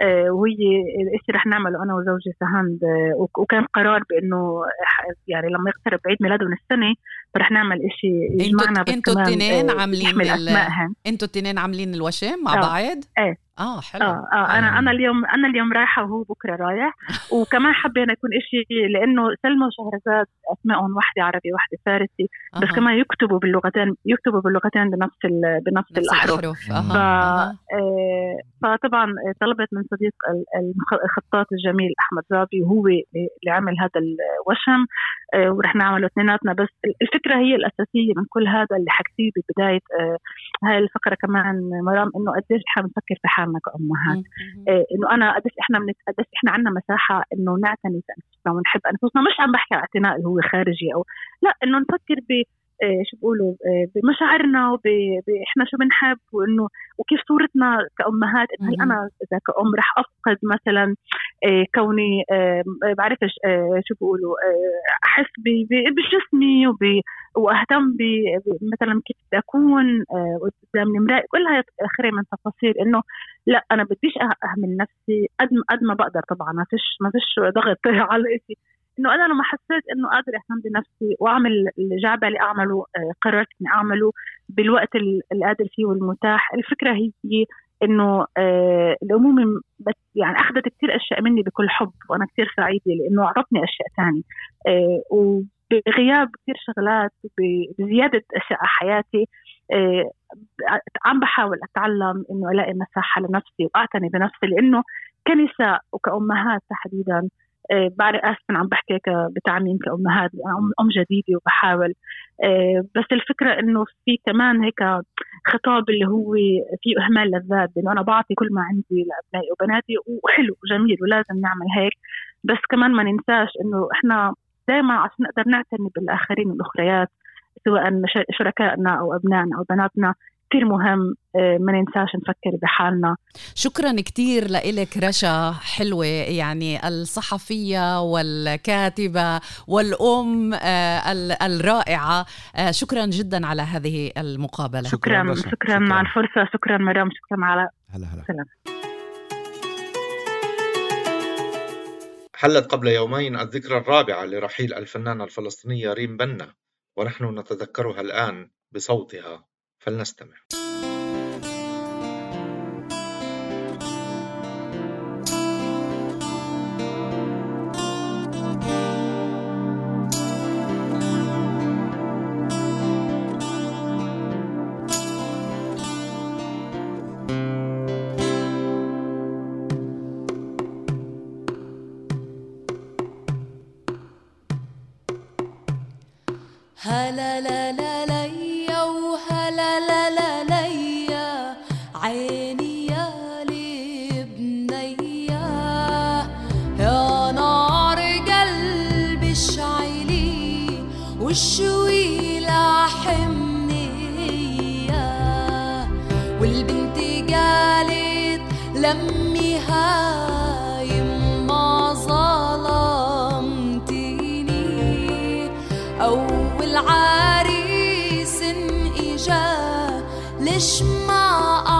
وهي الشيء رح نعمله انا وزوجي سهند. وكان قرار بانه يعني لما يقترب عيد ميلاده من السنه رح نعمل شيء يجمعنا، بس انتوا الاثنين عاملين اسمائهم. انتوا الاثنين عاملين الوشم مع آه. بعض؟ ايه اه حلو. اه, آه انا انا اليوم انا اليوم رايحه وهو بكره رايح. وكمان حبينا يكون إشي لانه سلمى وشهرزاد اسمائهم واحده عربي واحده فارسي، بس آه. كمان يكتبوا باللغتين يكتبوا باللغتين بنفس ال... بنفس الاحرف. آه. آه. فطبعا طلبت من صديق الخطاط الجميل احمد زابي، وهو اللي عمل هذا الوشم، آه ورح نعمله اثنيناتنا. بس الفكره هي الاساسيه من كل هذا اللي حكيتيه ببدايه آه هاي الفقره كمان مرام، انه قديش احنا بنفكر في حالنا كأمهات، إيه انه انا قديش احنا قديش احنا عندنا مساحه انه نعتني بانفسنا ونحب انفسنا. مش عم بحكي اعتناء اللي هو خارجي او لا، انه نفكر ب إيه شو بقولوا إيه بمشاعرنا وباحنا شو بنحب، وانه وكيف صورتنا كأمهات. انه هل انا اذا كأم رح افقد مثلا إيه كوني إيه بعرفش إيه شو بقولوا إيه احس بجسمي وب واهتم مثلا كيف اكون قدام المرايه، كلها اخرى من تفاصيل. انه لا انا بديش اهمل نفسي قد قد ما بقدر. طبعا ما فيش ما فيش ضغط على شيء، انه انا لما حسيت انه قادر اهتم بنفسي واعمل الجعبه اللي اعمله قررت اني اعمله بالوقت اللي قادر فيه والمتاح. الفكره هي انه آه الامومه يعني اخذت كثير اشياء مني بكل حب، وانا كثير سعيده لانه عرفتني اشياء ثانيه، آه وبغياب كثير شغلات بزياده اشياء حياتي. آه عم بحاول اتعلم انه الاقي مساحه لنفسي واعتني بنفسي، لانه كنساء وكأمهات تحديدا آه بعرف اسفن عم بحكي بتعميم كأمهات، ام جديده وبحاول آه بس الفكره انه في كمان هيك خطاب اللي هو في اهمال للذات، انه انا بعطي كل ما عندي لابنائي وبناتي وحلو وجميل ولازم نعمل هيك، بس كمان ما ننساش انه احنا دائما عشان نقدر نعتني بالاخرين والاخريات سواء شركائنا او ابنائنا او بناتنا كتير مهم ما ننساش نفكر بحالنا. شكرا كتير لإلك رشا حلوة، يعني الصحفية والكاتبة والأم الرائعة. شكرا جدا على هذه المقابلة. شكرا شكرا, شكرا مع الفرصة. شكرا مريم. شكرا على هلا هلا. سلام. حلت قبل يومين الذكرى الرابعة لرحيل الفنانة الفلسطينية ريم بنا، ونحن نتذكرها الآن بصوتها، فلنستمع. هلا لا لا ليا وهلا لا لا ليا عيني يا لبنيا يا نار قلبي اشعلي والشوي لحمني والبنت قالت لمي هاي ما ظلمتيني أو العريس إجا ليش ما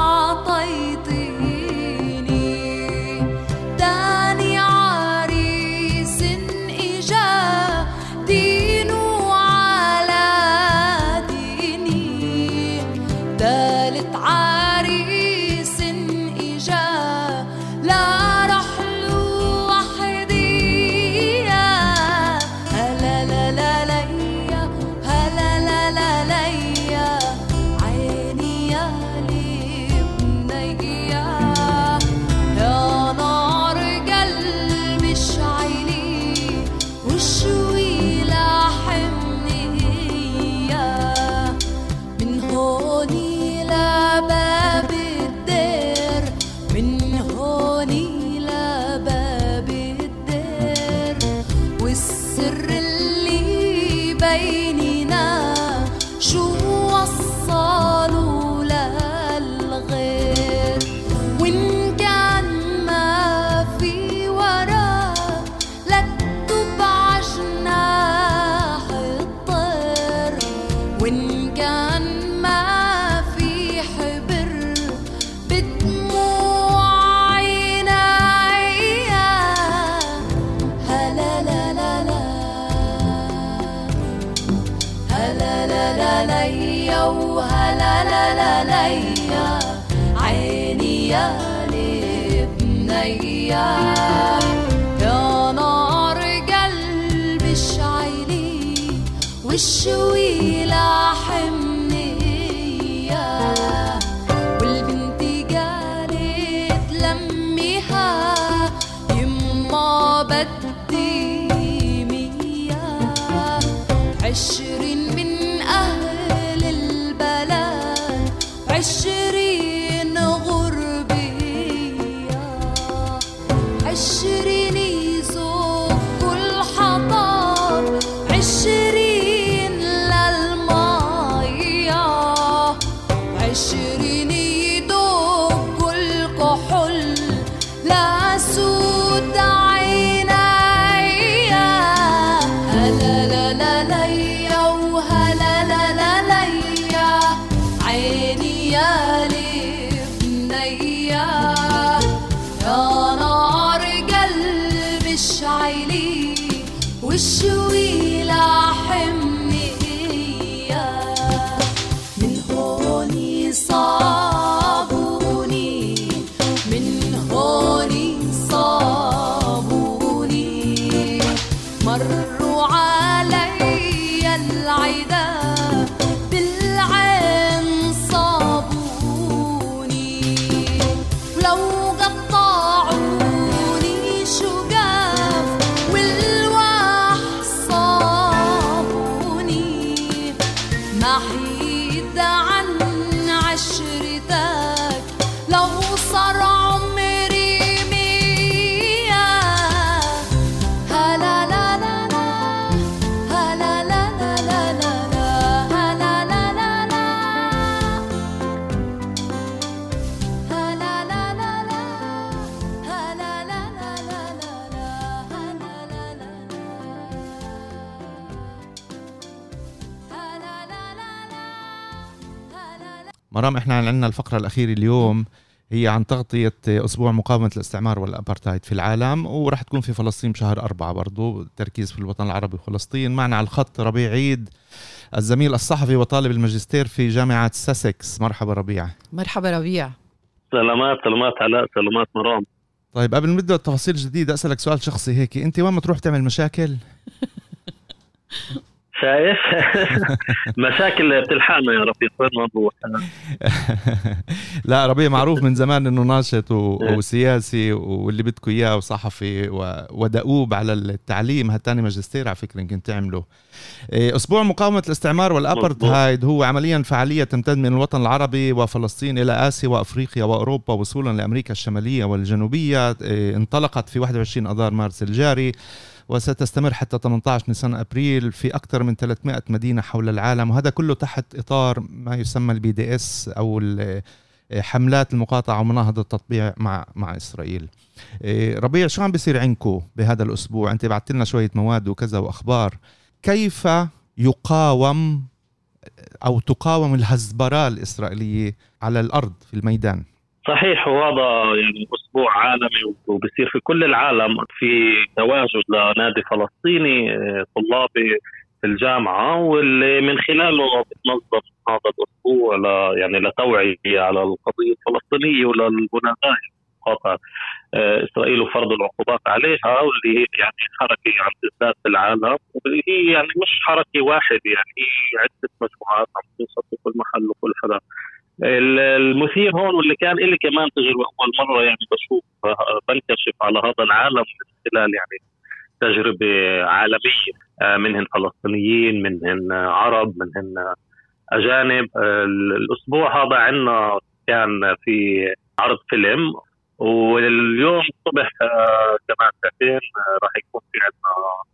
أعطيتيني تاني عريس إجا دينه على ديني تالت عريس إجا لا رح له وحدية هلا لا لا ليا هلا لا لا ليا عيني يا لبنيا بيننا شو وصلوا للغير، وإن كان ما في ورا لكتب عجناح الطير، وإن كان ما في حبر بدموع عينيا. هلا لا لا لا هلا لا لا ليا وهلا لا لا ليا عيني يا لبنيا. يا نار قلبي اشعلي وشوي لحمني إياه، والبنت قالت لميها يما بدي مياه. عشرين من أهل البلد عشرين غربية، عشرين يزوق كل حطب عشرين للمية، عشرين يدوق كل كحول لا سود عينيا. هلا لا لا ليا وهلا لا لا ليا عيني يا لبنيا. يا نار قلبي اشعلي وشوي لحمني إياه. من هوني صابوني من هوني صابوني، مروا علي العدا بالعين صابوني، ولو قطعوني شقاف والواح صابوني، ما حيد عن عشرتك لو صار عمري مية. هلا لا لا لا هلا لا لا لا لا هلا لا لا لا هلا لا لا لا هلا لا لا لا لا هلا لا لا هلا لا لا هلا لا. مرام، احنا عندنا الفقرة الأخيرة اليوم هي عن تغطية أسبوع مقاومة الاستعمار والأبارتايد في العالم، ورح تكون في فلسطين بشهر أربعة برضو، تركيز في الوطن العربي وفلسطين. معنا على الخط ربيع عيد، الزميل الصحفي وطالب الماجستير في جامعة ساسكس. مرحبا ربيع. مرحبا ربيع. سلامات سلامات علاء، سلامات مرام. طيب قبل ما نبدأ التفاصيل الجديدة أسألك سؤال شخصي هيك، أنت وين ما تروح تعمل مشاكل؟ شايف مشاكل بتلحقنا يا رفيق، وين ما نروح. لا ربيع معروف من زمان انه ناشط وسياسي واللي بدكم اياه وصحفي ودؤوب على التعليم. هالتاني ماجستير على فكرة يمكن تعمله. اسبوع مقاومة الاستعمار والابارتهايد هو عمليا فعالية تمتد من الوطن العربي وفلسطين الى اسيا وافريقيا واوروبا وصولا لامريكا الشمالية والجنوبية. انطلقت في واحد وعشرين اذار مارس الجاري وستستمر حتى ثمانية عشر نيسان أبريل في أكثر من ثلاثمائة مدينة حول العالم، وهذا كله تحت إطار ما يسمى البي دي اس أو حملات المقاطعة ومناهضة التطبيع مع مع إسرائيل. ربيع، شو عم بيصير عندكم بهذا الأسبوع؟ أنت بعثت لنا شوية مواد وكذا وأخبار. كيف يقاوم أو تقاوم الهزبرة الإسرائيلية على الأرض في الميدان؟ صحيح، وهذا يعني أسبوع عالمي وبصير في كل العالم في تواجد لنادي فلسطيني طلابي في الجامعة، واللي من خلاله بتنظم هذا الأسبوع ل يعني لتوعية على القضية الفلسطينية وللمناهضة قطع إسرائيل وفرض العقوبات عليها، واللي هي يعني حركة عم تزداد في العالم، وهي يعني مش حركة واحد، يعني هي عدة مجموعات عم توصل في كل محل وكل حدا. المثير هون واللي كان إلي كمان تجربة أول مرة يعني بشوف بنكشف على هذا العالم من خلال يعني تجربة عالمية، منهن فلسطينيين منهن عرب منهن أجانب. الأسبوع هذا عنا كان في عرض فيلم، واليوم الصبح كمان ساعتين راح يكون في عنا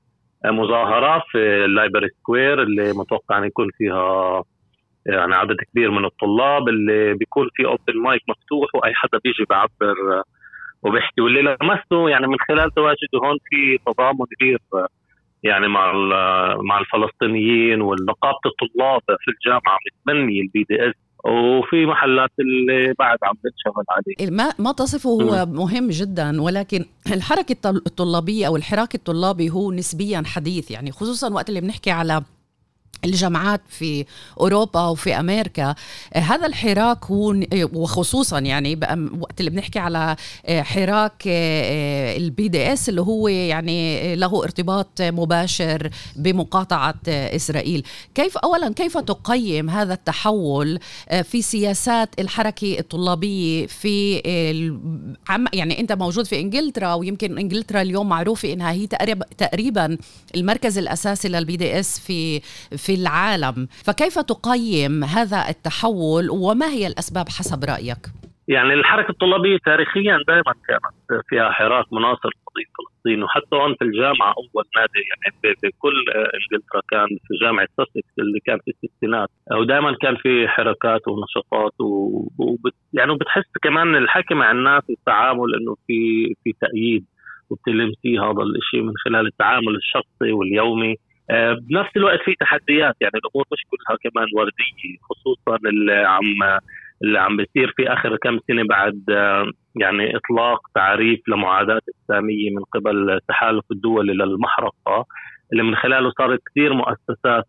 مظاهرة في اللايبرري سكوير اللي متوقع أن يكون فيها يعني عدد كبير من الطلاب، اللي بيكون في اوبن مايك مفتوح واي حدا بيجي بعبر وبيحكي. واللي لمسته يعني من خلال تواجده هون في تضامن كبير يعني مع مع الفلسطينيين والنقابة الطلاب في الجامعة بتمني البي دي اس، وفي محلات اللي بعد عم بتشغل عليه. ما ما تصفه هو مهم جدا، ولكن الحركة الطلابية أو الحراك الطلابي هو نسبيا حديث، يعني خصوصا وقت اللي بنحكي على الجامعات في أوروبا وفي أمريكا. هذا الحراك هو وخصوصا يعني وقت اللي بنحكي على حراك البي دي اس اللي هو يعني له ارتباط مباشر بمقاطعة إسرائيل. كيف أولا كيف تقيم هذا التحول في سياسات الحركة الطلابية في يعني أنت موجود في إنجلترا، ويمكن إنجلترا اليوم معروفة إنها هي تقريبا المركز الأساسي للبي دي اس في في العالم، فكيف تقيم هذا التحول وما هي الأسباب حسب رأيك؟ يعني الحركة الطلابية تاريخيا دائما كانت فيها حراك مناصر قضية فلسطين، وحتى هون في الجامعة أول نادي يعني بكل إنجلترا كان في جامعة ساسكس اللي كان في الستينات، ودائما كان في حركات ونشاطات وبت يعني بتحس كمان الحكي مع الناس والتعامل إنه في في تأييد وبتلمسي هذا الشيء من خلال التعامل الشخصي واليومي. بنفس الوقت في تحديات، يعني الأمور مش كلها كمان وردية، خصوصا اللي عم اللي عم بيصير في آخر كم سنة بعد يعني إطلاق تعريف لمعاداة السامية من قبل تحالف الدول للمحرقة، اللي من خلاله صارت كثير مؤسسات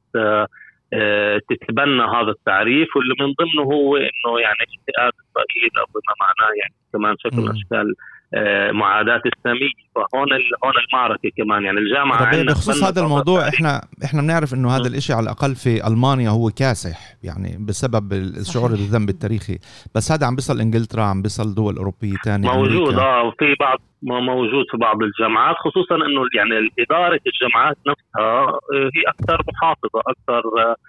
تتبنى هذا التعريف، واللي من ضمنه هو إنه يعني انتقاد إسرائيل أو بما معناه يعني كمان شكل من أشكال معاداة السامية. فهون هون المعركة كمان يعني الجامعة بخصوص هذا الموضوع احنا احنا بنعرف انه هذا الاشي على الاقل في المانيا هو كاسح يعني بسبب الشعور بالذنب التاريخي، بس هذا عم بيصل انجلترا، عم بيصل دول اوروبية تانية موجود اه وفي بعض موجود في بعض الجامعات، خصوصا انه يعني إدارة الجامعات نفسها هي اكثر محافظة، اكثر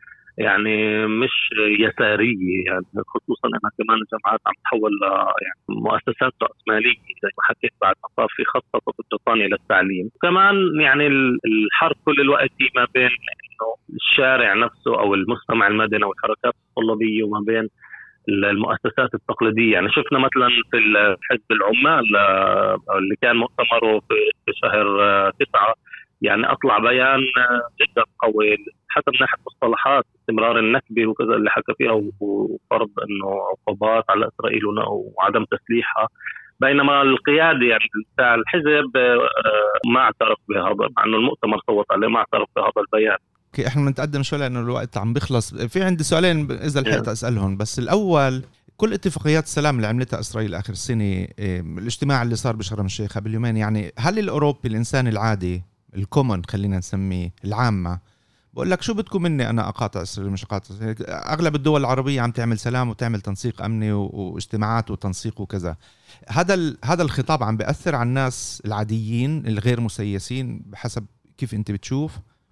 يعني مش يسارية، يعني خصوصا أنها كمان الجامعات عم تحول يعني مؤسسات رأسمالية زي ما حكيت بعد ما صار في خطة بريطانيا للتعليم. كمان يعني الحرب كل الوقت ما بين إنه الشارع نفسه أو المجتمع المدني أو الحركات الطلابية وما بين المؤسسات التقليدية. يعني شفنا مثلا في حزب العمال اللي كان مؤتمره في شهر تسعة يعني أطلع بيان جدا قوي حتى من ناحية مصطلحات استمرار النكبة وكذا اللي حكى فيها، وفرض إنه عقوبات على إسرائيل وعدم تسليحها، بينما القيادة يعني بتاع الحزب ما اعترف بهذا، مع إنه المؤتمر صوت عليه ما اعترف بهذا البيان. اوكي احنا بنتقدم شوي لأنه الوقت عم بيخلص. في عندي سؤالين إذا لحقت أسألهم، بس الأول كل اتفاقيات السلام اللي عملتها إسرائيل آخر السنة، الاجتماع اللي صار بشرم الشيخ قبل يومين، يعني هل الأوروبي الإنسان العادي الكومن خلينا نسميه العامة بقول لك شو بدكم مني أنا أقاطع إسرائيل مش أقاطع إسرائيل؟ أغلب الدول العربية عم تعمل سلام وتعمل تنسيق أمني واجتماعات وتنسيق وكذا. هذا هذا الخطاب عم بيأثر على الناس العاديين الغير مسيسين بحسب كيف أنت بتشوف؟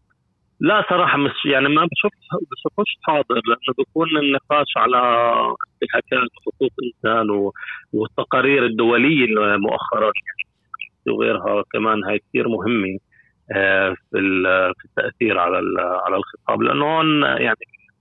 لا صراحة مش يعني ما بشوف بشوفش حاضر، لأنه بيكون النقاش على انتهاكات حقوق الإنسان والتقارير الدولية مؤخرا يعني وغيرها كمان هاي كثير مهمة في التأثير على على الخطاب، لأنه يعني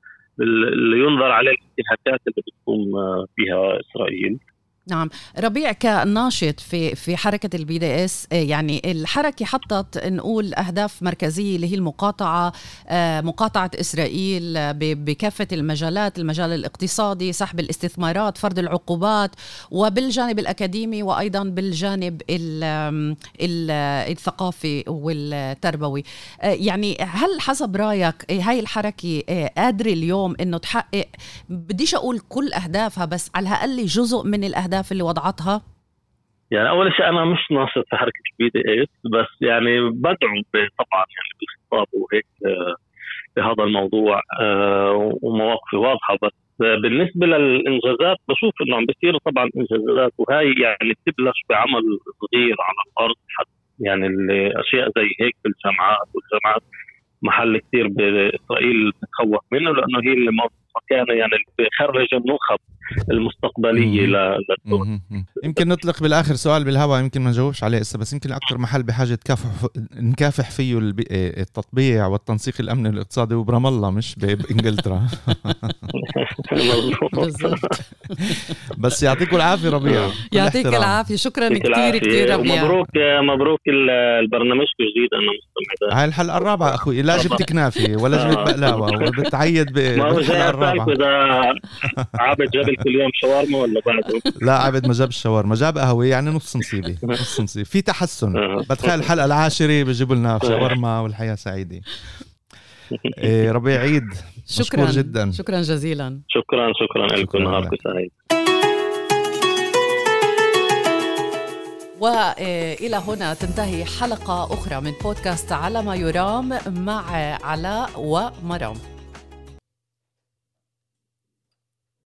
اللي ينظر عليه الانتهاكات اللي بتقوم فيها إسرائيل. نعم ربيع، كناشط في في حركة البي دي اس، يعني الحركة حطت نقول أهداف مركزية اللي هي المقاطعة، مقاطعة إسرائيل بكافة المجالات، المجال الاقتصادي، سحب الاستثمارات، فرض العقوبات، وبالجانب الأكاديمي وأيضا بالجانب الثقافي والتربوي. يعني هل حسب رأيك هاي الحركة قادرة اليوم إنه تحقق، بديش أقول كل أهدافها، بس على الأقل جزء من الأهداف اللي وضعتها؟ يعني أول شيء أنا مش ناشط في حركة البي دي إس، بس يعني بدعم طبعا يعني بالخطاب وهيك بهذا الموضوع ومواقفي واضحة. بس بالنسبة للإنجازات بشوف إنه عم بيصير طبعا إنجازات، وهاي يعني تبلش بعمل صغير على الأرض، حتى يعني الأشياء زي هيك في الجامعات، والجامعات محل كتير بإسرائيل تتخوف منه، لأنه هي اللي مكانه يعني بخرج النخب المستقبليه للدول. يمكن نطلق بالاخر سؤال بالهواء يمكن ما نجاوبش عليه هسه، بس يمكن اكثر محل بحاجه تكافح نكافح فيه التطبيع والتنسيق الامني والاقتصادي وبرام الله مش بانجلترا. بس يعطيكم العافيه ربيع. يعطيك العافيه، شكرا كثير كثير ربيع. مبروك مبروك البرنامج الجديد. انا مستمع هاي الحلقه الرابعه اخوي، لا جبت كنافه ولا جبت بقلاوه وبتعيد بالحلقه الرابعه. اذا عابد جاب كل يوم شاورما ولا بعده؟ لا عابد ما جاب الشاورما، جاب قهوه، يعني نص نصيبي نص نصيبي في تحسن. بتخيل الحلقه العاشره بجيبوا لنا شاورما والحياه سعيده. إيه ربيع عيد، شكرا جدا، شكرا جزيلا. شكرا شكرا لكم، نهاركم سعيد. وإلى هنا تنتهي حلقة أخرى من بودكاست على ما يرام مع علاء ومرام.